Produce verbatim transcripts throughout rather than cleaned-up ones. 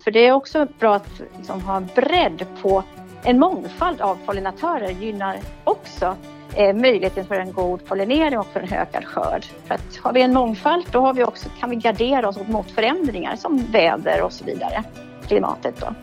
För det är också bra att liksom ha en bredd på en mångfald av pollinatörer gynnar också eh, möjligheten för en god pollinering och för en ökad skörd. För att har vi en mångfald då har vi också, kan vi gardera oss mot förändringar som väder och så vidare, klimatet då.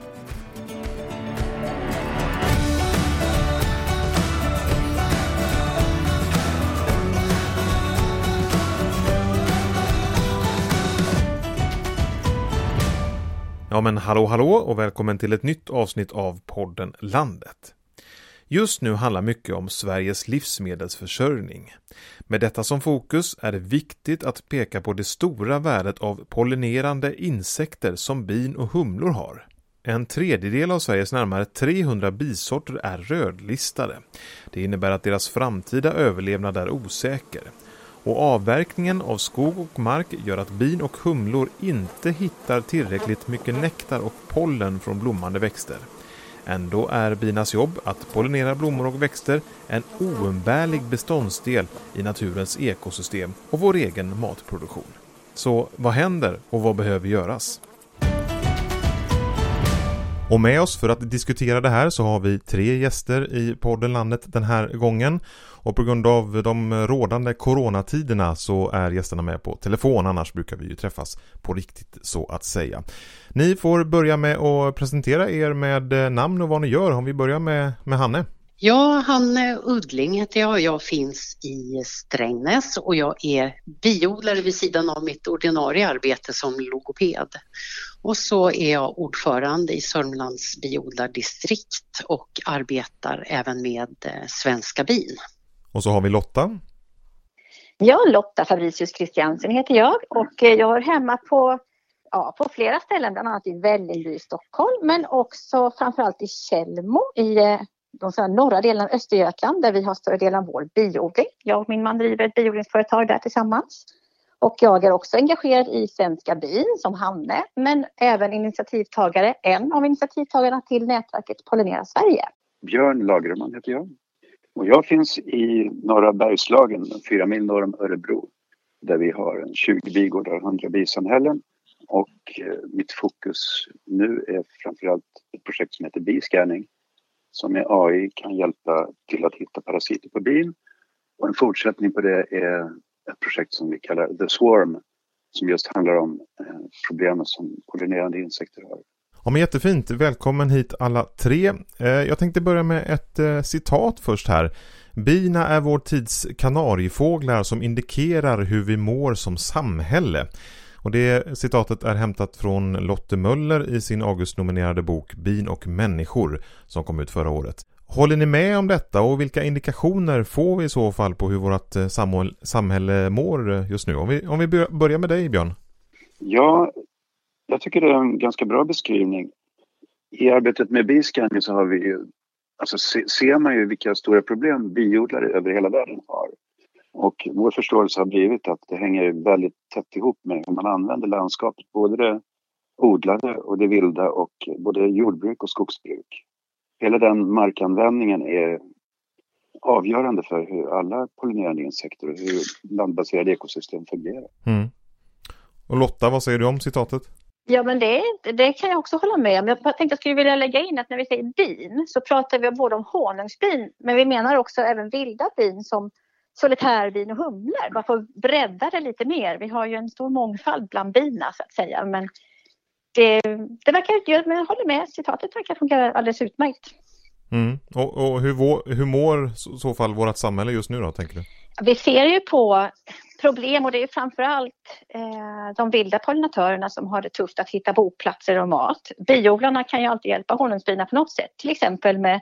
Ja men hallå hallå och välkommen till ett nytt avsnitt av podden Landet. Just nu handlar mycket om Sveriges livsmedelsförsörjning. Med detta som fokus är det viktigt att peka på det stora värdet av pollinerande insekter som bin och humlor har. En tredjedel av Sveriges närmare trehundra bisorter är rödlistade. Det innebär att deras framtida överlevnad är osäker. Och avverkningen av skog och mark gör att bin och humlor inte hittar tillräckligt mycket nektar och pollen från blommande växter. Ändå är binas jobb att pollinera blommor och växter en oumbärlig beståndsdel i naturens ekosystem och vår egen matproduktion. Så vad händer och vad behöver göras? Och med oss för att diskutera det här så har vi tre gäster i podden Landet den här gången. Och på grund av de rådande coronatiderna så är gästerna med på telefon, annars brukar vi ju träffas på riktigt så att säga. Ni får börja med att presentera er med namn och vad ni gör. Om vi börjar med, med Hanne. Ja, Hanne Uddling heter jag. Jag finns i Strängnäs och jag är biodlare vid sidan av mitt ordinarie arbete som logoped. Och så är jag ordförande i Sörmlands biodlardistrikt och arbetar även med Svenska bin. Och så har vi Lotta. Ja, Lotta Fabricius Christiansen heter jag och jag hör hemma på, ja, på flera ställen, bland annat i Vällingby i Stockholm men också framförallt i Källmo i de så här norra delen av Östergötland där vi har större delen av vår biodling. Jag och min man driver ett biodlingsföretag där tillsammans. Och jag är också engagerad i Svenska bin som Hanne, men även initiativtagare, en av initiativtagarna till nätverket Pollinera Sverige. Björn Lagerman heter jag. Och jag finns i norra Bergslagen, fyra mil norr om Örebro. Där vi har tjugo bigårdar och hundra bisamhällen. Och eh, mitt fokus nu är framförallt ett projekt som heter Biscanning. Som med A I kan hjälpa till att hitta parasiter på bin. Och en fortsättning på det är ett projekt som vi kallar The Swarm. Som just handlar om eh, problemen som pollinerande insekter har. Ja, men jättefint. Välkommen hit alla tre. Eh, jag tänkte börja med ett eh, citat först här. Bina är vår tids kanariefåglar som indikerar hur vi mår som samhälle. Och det citatet är hämtat från Lotte Möller i sin August-nominerade bok Bin och människor som kom ut förra året. Håller ni med om detta och vilka indikationer får vi i så fall på hur vårt samhälle mår just nu? Om vi, om vi börjar med dig, Björn. Ja, jag tycker det är en ganska bra beskrivning. I arbetet med biscanning så har vi ju, alltså se, ser man ju vilka stora problem biodlare över hela världen har. Och vår förståelse har blivit att det hänger väldigt tätt ihop med hur man använder landskapet. Både det odlade och det vilda och både jordbruk och skogsbruk. Hela den markanvändningen är avgörande för hur alla pollinerande insekter och hur landbaserade ekosystem fungerar. Mm. Och Lotta, vad säger du om citatet? Ja, men det, det kan jag också hålla med om. Jag tänkte att jag skulle vilja lägga in att när vi säger bin så pratar vi både om honungsbin men vi menar också även vilda bin som solitärbin och humlor. Bara för att bredda det lite mer. Vi har ju en stor mångfald bland bina så att säga. Men det, det verkar inte, men jag håller med. Citatet verkar fungera alldeles utmärkt. Mm. Och, och hur, hur mår i så fall vårt samhälle just nu då, tänker du? Vi ser ju på problem och det är framförallt eh, de vilda pollinatörerna som har det tufft att hitta boplatser och mat. Biodlarna kan ju alltid hjälpa honungsbina på något sätt. Till exempel med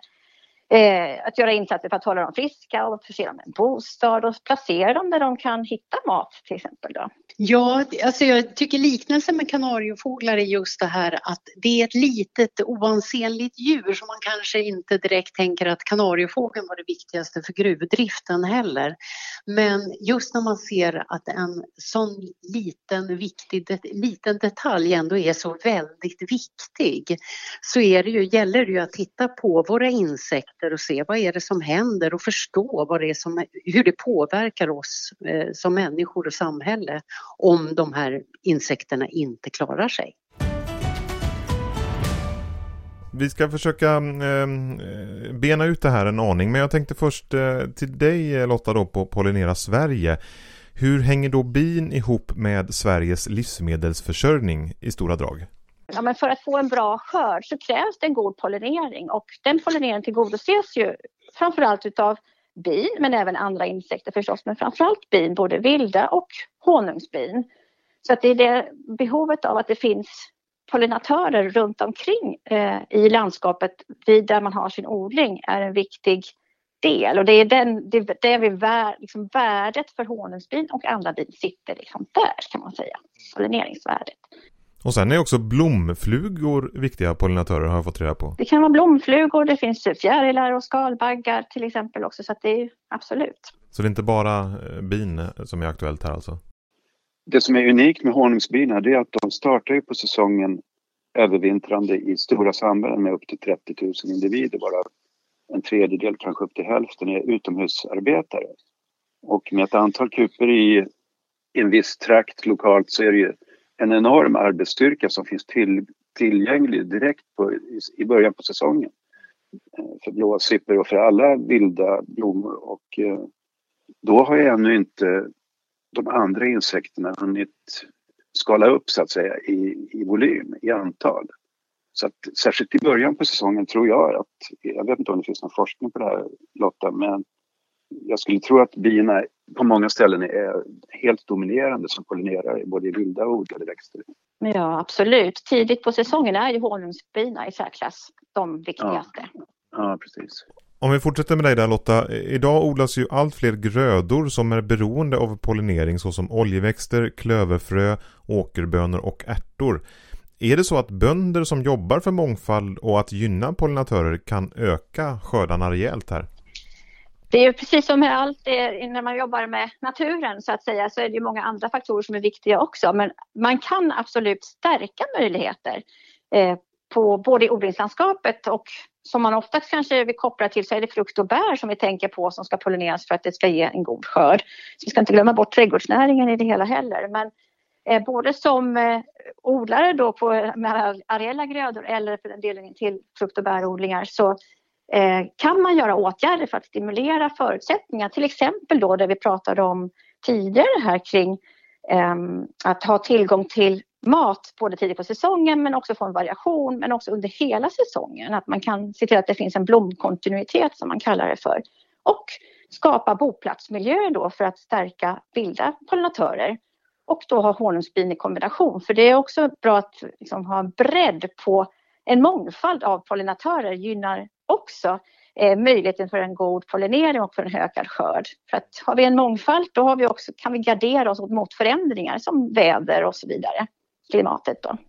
Eh, att göra insatser för att hålla dem friska och förse dem med en bostad och placera dem där de kan hitta mat till exempel då. Ja, alltså jag tycker liknelsen med kanariefåglar är just det här att det är ett litet oansenligt djur som man kanske inte direkt tänker att kanariefågeln var det viktigaste för gruvdriften heller. Men just när man ser att en sån liten, viktig, det, liten detalj ändå är så väldigt viktig så är det ju, gäller det ju att titta på våra insekter och se vad är det som händer och förstå vad det är som, hur det påverkar oss eh, som människor och samhälle om de här insekterna inte klarar sig. Vi ska försöka eh, bena ut det här en aning, men jag tänkte först eh, till dig Lotta då på Pollinera Sverige. Hur hänger då bin ihop med Sveriges livsmedelsförsörjning i stora drag? Ja, men för att få en bra skörd så krävs det en god pollinering, och den pollineringen tillgodoses ju framförallt utav bin, men även andra insekter förstås, men framförallt bin, både vilda och honungsbin. Så att det är det behovet av att det finns pollinatörer runt omkring eh, i landskapet vid där man har sin odling är en viktig del, och det är den, det, det är vi vär, liksom värdet för honungsbin och andra bin sitter liksom där, kan man säga, pollineringsvärdet. Och sen är också blomflugor viktiga pollinatörer, har jag fått reda på. Det kan vara blomflugor, det finns fjärilar och skalbaggar till exempel också, så att det är absolut. Så det är inte bara bin som är aktuellt här alltså? Det som är unikt med honungsbina är att de startar ju på säsongen övervintrande i stora samhällen med upp till trettio tusen individer. Bara en tredjedel, kanske upp till hälften, är utomhusarbetare. Och med ett antal kuper i en viss trakt lokalt så är det ju en enorm arbetsstyrka som finns till, tillgänglig direkt på, i, i början på säsongen. För blåsippor och för alla vilda blommor. Och eh, då har jag ännu inte de andra insekterna hunnit skala upp så att säga i, i volym, i antal. Så att särskilt i början på säsongen tror jag att, jag vet inte om det finns någon forskning på det här Lotta, men jag skulle tro att bina på många ställen är helt dominerande som pollinerar både i vilda och odlade växter. Ja, absolut. Tidigt på säsongen är ju honungsbina i särklass de viktigaste. Ja, ja, precis. Om vi fortsätter med dig där Lotta, idag odlas ju allt fler grödor som är beroende av pollinering såsom oljeväxter, klöverfrö, åkerbönor och ärtor. Är det så att bönder som jobbar för mångfald och att gynna pollinatörer kan öka skördarna rejält här? Det är ju precis som med allt det, när man jobbar med naturen så att säga, så är det ju många andra faktorer som är viktiga också. Men man kan absolut stärka möjligheter eh, på både i odlingslandskapet och som man ofta kanske vill koppla till så är det frukt och bär som vi tänker på som ska pollineras för att det ska ge en god skörd. Så vi ska inte glömma bort trädgårdsnäringen i det hela heller. Men eh, både som eh, odlare då på med areella grödor eller för den delen till frukt- och bärodlingar så eh, kan man göra åtgärder för att stimulera förutsättningar. Till exempel då där vi pratade om tidigare här kring eh, att ha tillgång till mat både tidigt på säsongen men också få en variation men också under hela säsongen. Att man kan se till att det finns en blomkontinuitet som man kallar det för. Och skapa boplatsmiljöer då för att stärka vilda pollinatörer. Och då ha honungsbin i kombination. För det är också bra att liksom ha en bredd på en mångfald av pollinatörer gynnar också eh, möjligheten för en god pollinering och för en ökad skörd. För att har vi en mångfald då har vi också, kan vi gardera oss mot förändringar som väder och så vidare. Klimatet då.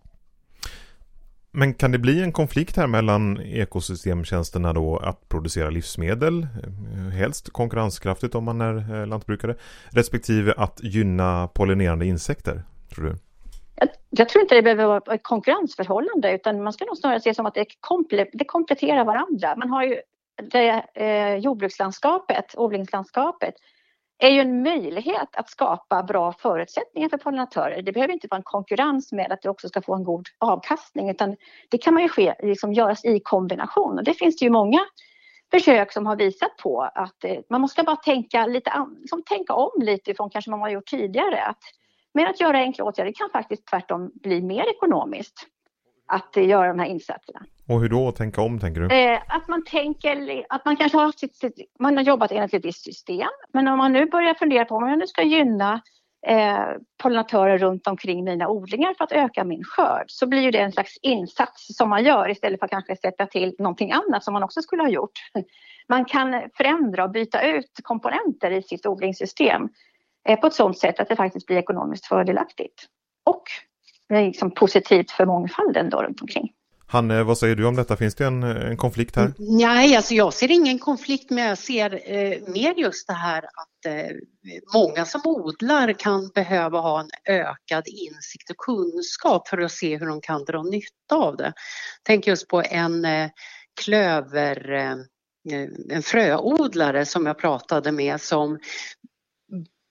Men kan det bli en konflikt här mellan ekosystemtjänsterna då att producera livsmedel, helst konkurrenskraftigt om man är lantbrukare, respektive att gynna pollinerande insekter, tror du? Jag, jag tror inte det behöver vara ett konkurrensförhållande utan man ska nog snarare se som att det, komple- det kompletterar varandra. Man har ju det eh, jordbrukslandskapet, odlingslandskapet är ju en möjlighet att skapa bra förutsättningar för pollinatörer. Det behöver inte vara en konkurrens med att det också ska få en god avkastning utan det kan man ju ske, liksom göras i kombination. Och det finns det ju många försök som har visat på att eh, man måste bara tänka, lite an, liksom tänka om lite från kanske man har gjort tidigare. Att, med att göra enkla åtgärder kan faktiskt tvärtom bli mer ekonomiskt att eh, göra de här insatserna. Och hur då tänka om, tänker du? Eh, att man tänker att man kanske har, sitt, man har jobbat enligt ett visst system. Men om man nu börjar fundera på om jag nu ska gynna eh, pollinatörer runt omkring mina odlingar för att öka min skörd. Så blir ju det en slags insats som man gör istället för att kanske sätta till någonting annat som man också skulle ha gjort. Man kan förändra och byta ut komponenter i sitt odlingssystem eh, på ett sådant sätt att det faktiskt blir ekonomiskt fördelaktigt. Och det är liksom positivt för mångfalden då runt omkring. Hanne, vad säger du om detta? Finns det en, en konflikt här? Nej, alltså jag ser ingen konflikt, men jag ser eh, mer just det här att eh, många som odlar kan behöva ha en ökad insikt och kunskap för att se hur de kan dra nytta av det. Tänk just på en eh, klöver, eh, en fröodlare som jag pratade med som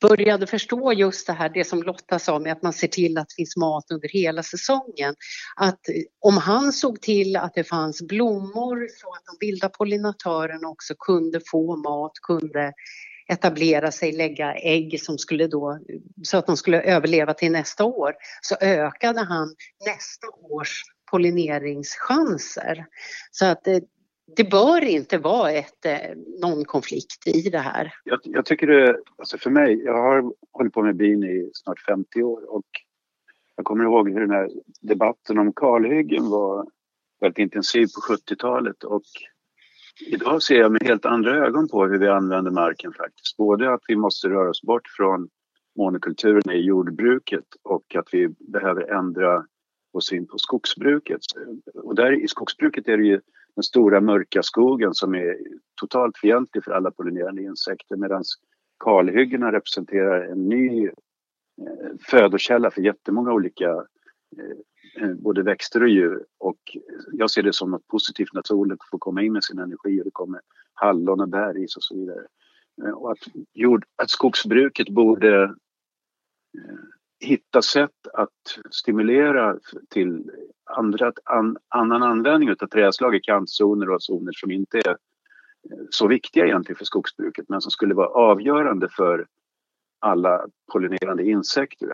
började förstå just det här, det som Lotta sa med att man ser till att det finns mat under hela säsongen. Att om han såg till att det fanns blommor så att de vilda pollinatörerna också kunde få mat, kunde etablera sig, lägga ägg som skulle då, så att de skulle överleva till nästa år, så ökade han nästa års pollineringschanser. Så att det, det bör inte vara ett, någon konflikt i det här. Jag, jag tycker det, alltså för mig, jag har hållit på med bin i snart femtio år och jag kommer ihåg hur den här debatten om kalhyggen var väldigt intensiv på sjuttiotalet, och idag ser jag med helt andra ögon på hur vi använder marken faktiskt. Både att vi måste röra oss bort från monokulturen i jordbruket och att vi behöver ändra vår syn på skogsbruket. Och där i skogsbruket är det ju den stora mörka skogen som är totalt fientlig för alla pollinerande insekter, medan kalhyggena representerar en ny födokälla för jättemånga olika både växter och djur, och jag ser det som något positivt när solen får komma in med sin energi och det kommer hallon och bäris och så vidare. Och att, jord, att skogsbruket borde eh, hitta sätt att stimulera till andra, an, annan användning av trädslag i kantzoner och zoner som inte är så viktiga egentligen för skogsbruket, men som skulle vara avgörande för alla pollinerande insekter.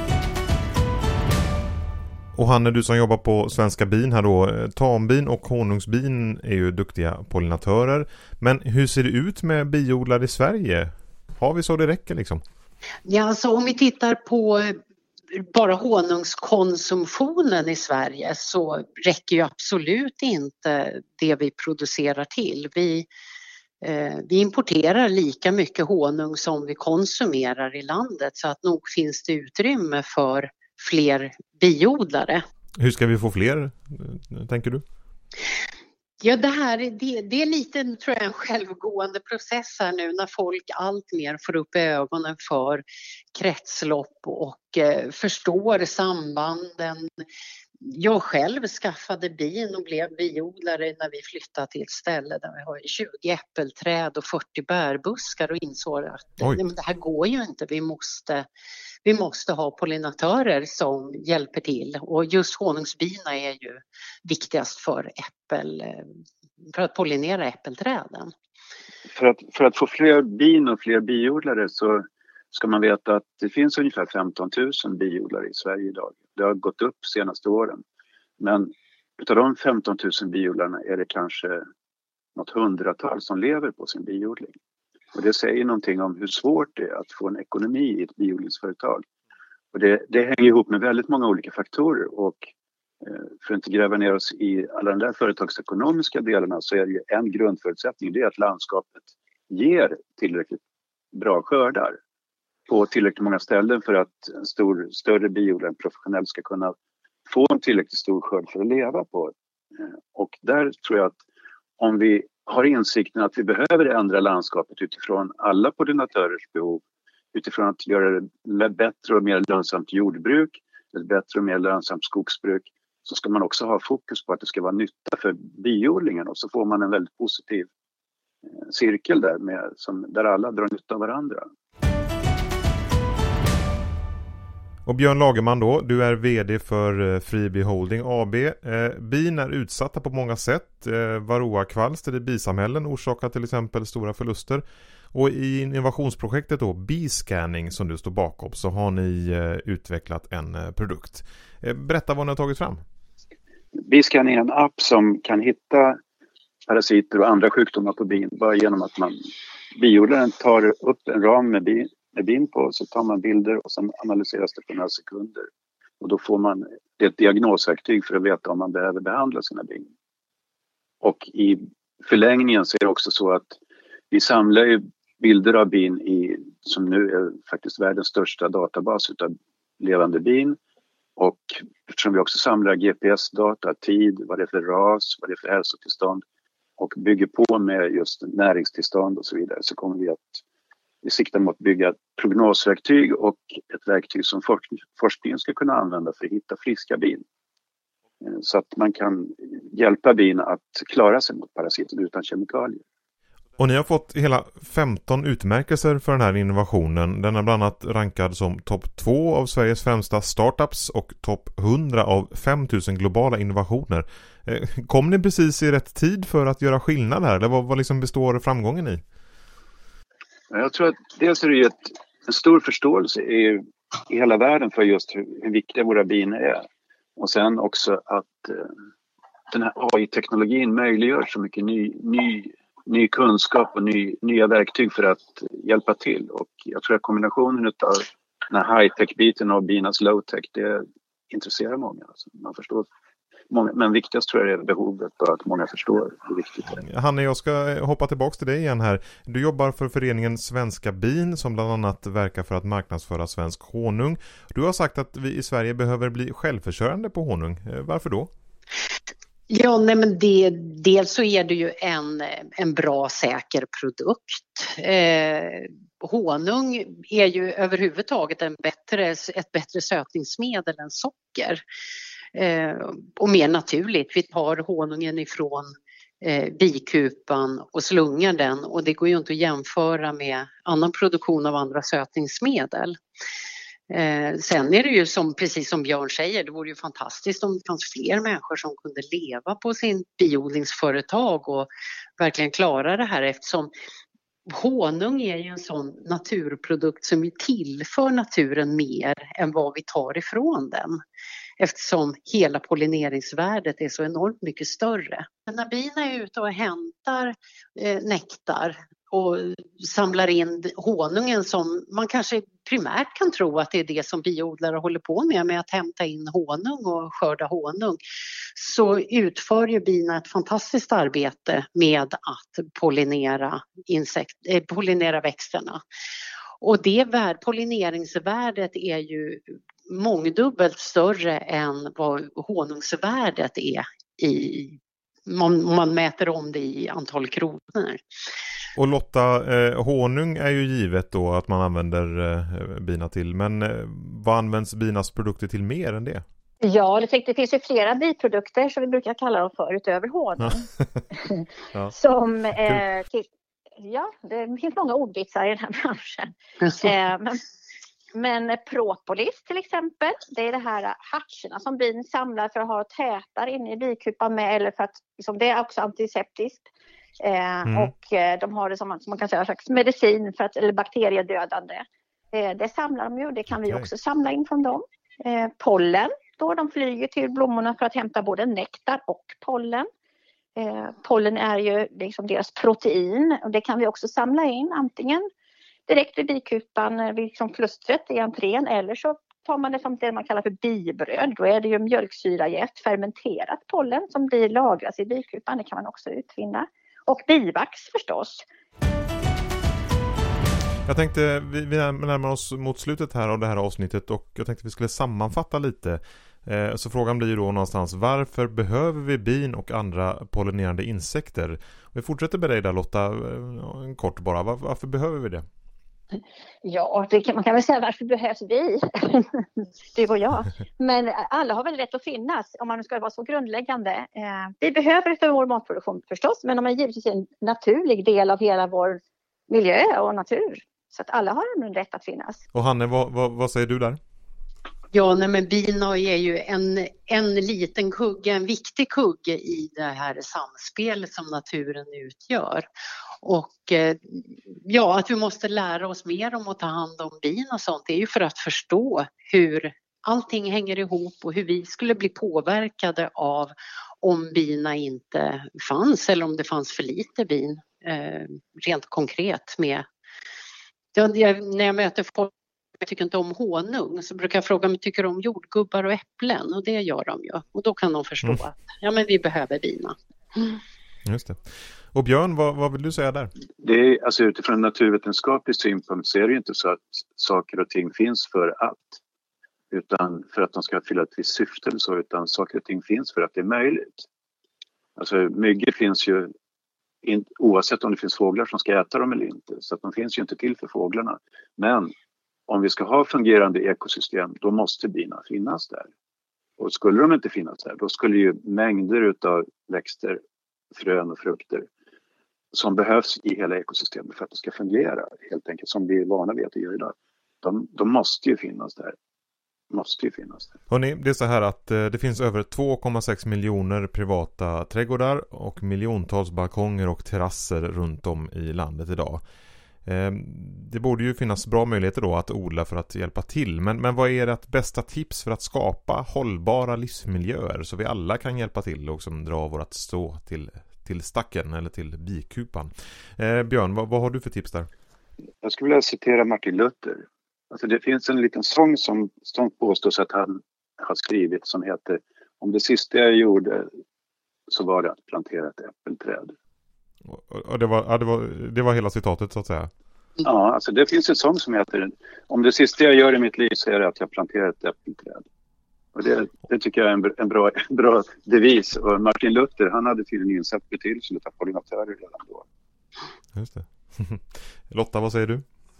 Och Hanne, du som jobbar på Svenska bin här då, tambin och honungsbin är ju duktiga pollinatörer. Men hur ser det ut med biodlare i Sverige? Har vi så det räcker liksom? Ja, alltså om vi tittar på bara honungskonsumtionen i Sverige så räcker ju absolut inte det vi producerar till. Vi, eh, vi importerar lika mycket honung som vi konsumerar i landet, så att nog finns det utrymme för fler biodlare. Hur ska vi få fler, tänker du? Ja, det här det, det är lite, tror jag, en självgående process här nu när folk allt mer får upp ögonen för kretslopp och eh, förstår sambanden. Jag själv skaffade bin och blev biodlare när vi flyttade till ett ställe där vi har tjugo äppelträd och fyrtio bärbuskar och insåg att nej, men det här går ju inte. Vi måste, vi måste ha pollinatörer som hjälper till, och just honungsbina är ju viktigast för äppel, för att pollinera äppelträden. För att, för att få fler bin och fler biodlare så ska man veta att det finns ungefär femton tusen biodlare i Sverige idag. Det har gått upp de senaste åren. Men utav de femton tusen biodlarna är det kanske något hundratal som lever på sin biodling. Och det säger någonting om hur svårt det är att få en ekonomi i ett biodlingsföretag. Och det, det hänger ihop med väldigt många olika faktorer. Och eh, för att inte gräva ner oss i alla de där företagsekonomiska delarna så är det ju en grundförutsättning, det är att landskapet ger tillräckligt bra skördar på tillräckligt många ställen för att en stor, större biodlare, en professionell, ska kunna få en tillräckligt stor skörd för att leva på. Och där tror jag att om vi har insikten att vi behöver ändra landskapet utifrån alla pollinatörers behov, utifrån att göra det bättre och mer lönsamt jordbruk, ett bättre och mer lönsamt skogsbruk, så ska man också ha fokus på att det ska vara nytta för biodlingen, och så får man en väldigt positiv cirkel där, med, som, där alla drar nytta av varandra. Och Björn Lagerman då, du är vd för Freebie Holding A B. Eh, bin är utsatta på många sätt. Eh, varroakvalster i bisamhällen orsakar till exempel stora förluster. Och i innovationsprojektet då, B-scanning, som du står bakom, så har ni eh, utvecklat en eh, produkt. Eh, berätta vad ni har tagit fram. B-scanning är en app som kan hitta parasiter och andra sjukdomar på bin bara genom att man, biodlaren tar upp en ram med bin, med bin på, så tar man bilder och sen analyseras det på några sekunder. Och då får man ett diagnosverktyg för att veta om man behöver behandla sina bin. Och i förlängningen så är det också så att vi samlar ju bilder av bin i, som nu är faktiskt världens största databas utav levande bin. Och eftersom vi också samlar G P S-data, tid, vad det är för ras, vad det är för hälsotillstånd, och bygger på med just näringstillstånd och så vidare, så kommer vi att vi siktar mot att bygga ett prognosverktyg och ett verktyg som forskningen ska kunna använda för att hitta friska bin. Så att man kan hjälpa bin att klara sig mot parasiter utan kemikalier. Och ni har fått hela femton utmärkelser för den här innovationen. Den är bland annat rankad som topp två av Sveriges främsta startups och topp hundra av fem tusen globala innovationer. Kom ni precis i rätt tid för att göra skillnad här? Eller vad, vad liksom består framgången i? Jag tror att dels är det ju ett, en stor förståelse i, i hela världen för just hur, hur viktiga våra bin är. Och sen också att eh, den här A I-teknologin möjliggör så mycket ny, ny, ny kunskap och ny, nya verktyg för att hjälpa till. Och jag tror att kombinationen av den här high-tech-biten och binas low-tech, det intresserar många. Alltså, man förstår. Många, men viktigast tror jag är behovet och att många förstår hur viktigt det är. Hanne, jag ska hoppa tillbaka till dig igen här. Du jobbar för föreningen Svenska bin som bland annat verkar för att marknadsföra svensk honung. Du har sagt att vi i Sverige behöver bli självförsörjande på honung. Varför då? Ja, nej men det, dels så är det ju en, en bra, säker produkt. Eh, honung är ju överhuvudtaget en bättre, ett bättre sötningsmedel än socker. Eh, och mer naturligt. Vi tar honungen ifrån eh, bikupan och slungar den, och det går ju inte att jämföra med annan produktion av andra sötningsmedel. Eh, sen är det ju som, precis som Björn säger, det vore ju fantastiskt om det fanns fler människor som kunde leva på sin biodlingsföretag och verkligen klara det här, eftersom honung är ju en sån naturprodukt som ju tillför naturen mer än vad vi tar ifrån den. Eftersom hela pollineringsvärdet är så enormt mycket större. När bina är ute och hämtar eh, nektar och samlar in honungen, som man kanske primärt kan tro att det är det som biodlare håller på med, med att hämta in honung och skörda honung, så utför ju bina ett fantastiskt arbete med att pollinera, insekt, eh, pollinera växterna. Och det värd, pollineringsvärdet är ju mångdubbelt större än vad honungsvärdet är i, om man mäter om det i antal kronor. Och Lotta, eh, honung är ju givet då att man använder eh, bina till, men eh, vad används binas produkter till mer än det? Ja, det, det finns ju flera biprodukter som vi brukar kalla dem för utöver honung. Ja. Som, eh, till, ja, det finns många ordvitsar i den här branschen. eh, men, men propolis till exempel, det är det här hartserna som bin samlar för att ha tätar inne i bikupan med, eller för att liksom, det är också antiseptiskt. Eh, mm. Och eh, de har det som man, som man kan säga en slags medicin för att, eller bakteriedödande. Eh, det samlar de ju, det kan vi okay. också samla in från dem. Eh, pollen, då de flyger till blommorna för att hämta både nektar och pollen. Eh, pollen är ju liksom deras protein, och det kan vi också samla in antingen direkt vid bikupan, vid liksom klustret i entrén, eller så tar man det som det man kallar för bibröd. Då är det ju mjölksyrajäst, fermenterat pollen som blir lagras i bikupan, det kan man också utvinna. Och bivax förstås. Jag tänkte, vi, vi närmar oss mot slutet här av det här avsnittet, och jag tänkte vi skulle sammanfatta lite. Eh, så frågan blir ju då någonstans, varför behöver vi bin och andra pollinerande insekter? Vi fortsätter med dig där Lotta, en kort bara. Var, varför behöver vi det? Ja, det kan, man kan väl säga varför behövs vi? Du och jag. Men alla har väl rätt att finnas, om man ska vara så grundläggande. Eh, vi behöver det för vår matproduktion förstås, men de är givetvis en naturlig del av hela vår miljö och natur. Så att alla har en rätt att finnas. Och Hanne, vad, vad, vad säger du där? Ja, nej, men bina är ju en, en liten kugge, en viktig kugge i det här samspelet som naturen utgör. Och eh, ja, att vi måste lära oss mer om att ta hand om bin och sånt, det är ju för att förstå hur allting hänger ihop och hur vi skulle bli påverkade av om bina inte fanns, eller om det fanns för lite bin, eh, rent konkret med. Jag, när jag möter folk jag tycker inte om honung, så brukar jag fråga om de tycker om jordgubbar och äpplen, och det gör de ju. Och då kan de förstå mm. att ja, men vi behöver bina. Mm. Just det. Och Björn, vad, vad vill du säga där? Det är, alltså, utifrån en naturvetenskaplig synpunkt så är det ju inte så att saker och ting finns för att, utan för att de ska fylla ett visst syfte eller så, utan saker och ting finns för att det är möjligt. Alltså myggor finns ju in, oavsett om det finns fåglar som ska äta dem eller inte, så att de finns ju inte till för fåglarna. Men om vi ska ha fungerande ekosystem, då måste bina finnas där. Och skulle de inte finnas där, då skulle ju mängder av växter, frön och frukter som behövs i hela ekosystemet för att det ska fungera helt enkelt som vi är vana vid att det gör idag. De, de måste ju finnas där. Måste ju finnas där. Hörrni, det är så här att eh, det finns över två komma sex miljoner privata trädgårdar och miljontals balkonger och terrasser runt om i landet idag. Eh, det borde ju finnas bra möjligheter då att odla för att hjälpa till. Men, men vad är ert bästa tips för att skapa hållbara livsmiljöer så vi alla kan hjälpa till och som dra vårat stå till, till stacken eller till bikupan? Eh, Björn, vad, vad har du för tips där? Jag skulle vilja citera Martin Luther. Alltså det finns en liten sång som, som påstås att han har skrivit som heter om det sista jag gjorde så var det att plantera ett äppelträd. Och det, var, ja, det, var, det var hela citatet så att säga. Ja, alltså det finns en sång som heter om det sista jag gör i mitt liv så är det att jag planterar ett äppelträd. Och det, det tycker jag är en, en, bra, en bra devis. Och Martin Luther, han hade tydligen insett betydelsen av pollinatörer redan då. Just det. Lotta, vad säger du?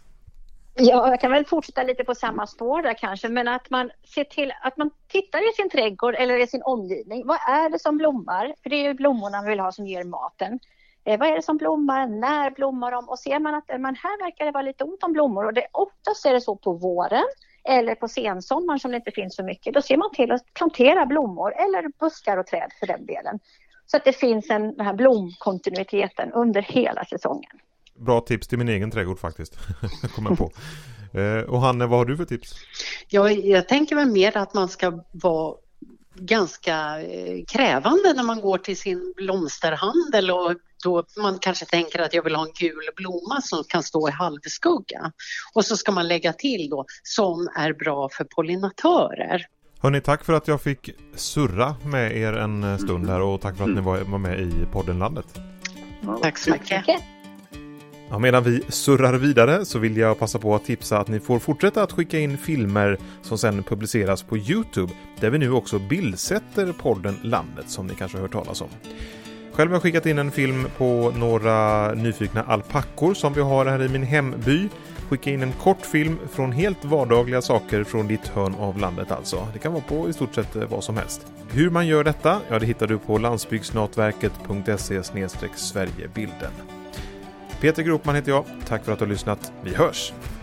Ja, jag kan väl fortsätta lite på samma spår där kanske, men att man ser till att man tittar i sin trädgård eller i sin omgivning. Vad är det som blommar? För det är ju blommorna man vill ha som ger maten. Eh, vad är det som blommar? När blommar de? Och ser man att man här verkar det vara lite ont om blommor och det oftast är det så på våren eller på sensommaren som det inte finns så mycket. Då ser man till att plantera blommor eller buskar och träd för den delen. Så att det finns en, den här blomkontinuiteten under hela säsongen. Bra tips till min egen trädgård faktiskt. Kommer jag på. Eh, och Hanne, vad har du för tips? Ja, jag tänker väl mer att man ska vara ganska krävande när man går till sin blomsterhandel och då man kanske tänker att jag vill ha en gul blomma som kan stå i halvskugga. Och så ska man lägga till då som är bra för pollinatörer. Hörrni, tack för att jag fick surra med er en stund här och tack för att ni var med i podden Landet. Tack så mycket. Ja, medan vi surrar vidare så vill jag passa på att tipsa att ni får fortsätta att skicka in filmer som sen publiceras på YouTube där vi nu också bildsätter podden Landet som ni kanske har hört talas om. Själv har jag skickat in en film på några nyfikna alpackor som vi har här i min hemby. Skicka in en kort film från helt vardagliga saker från ditt hörn av landet alltså. Det kan vara på i stort sett vad som helst. Hur man gör detta, ja det hittar du på landsbygdsnatverket punkt se slash Sverigebilden. Peter Gropman heter jag. Tack för att du har lyssnat. Vi hörs!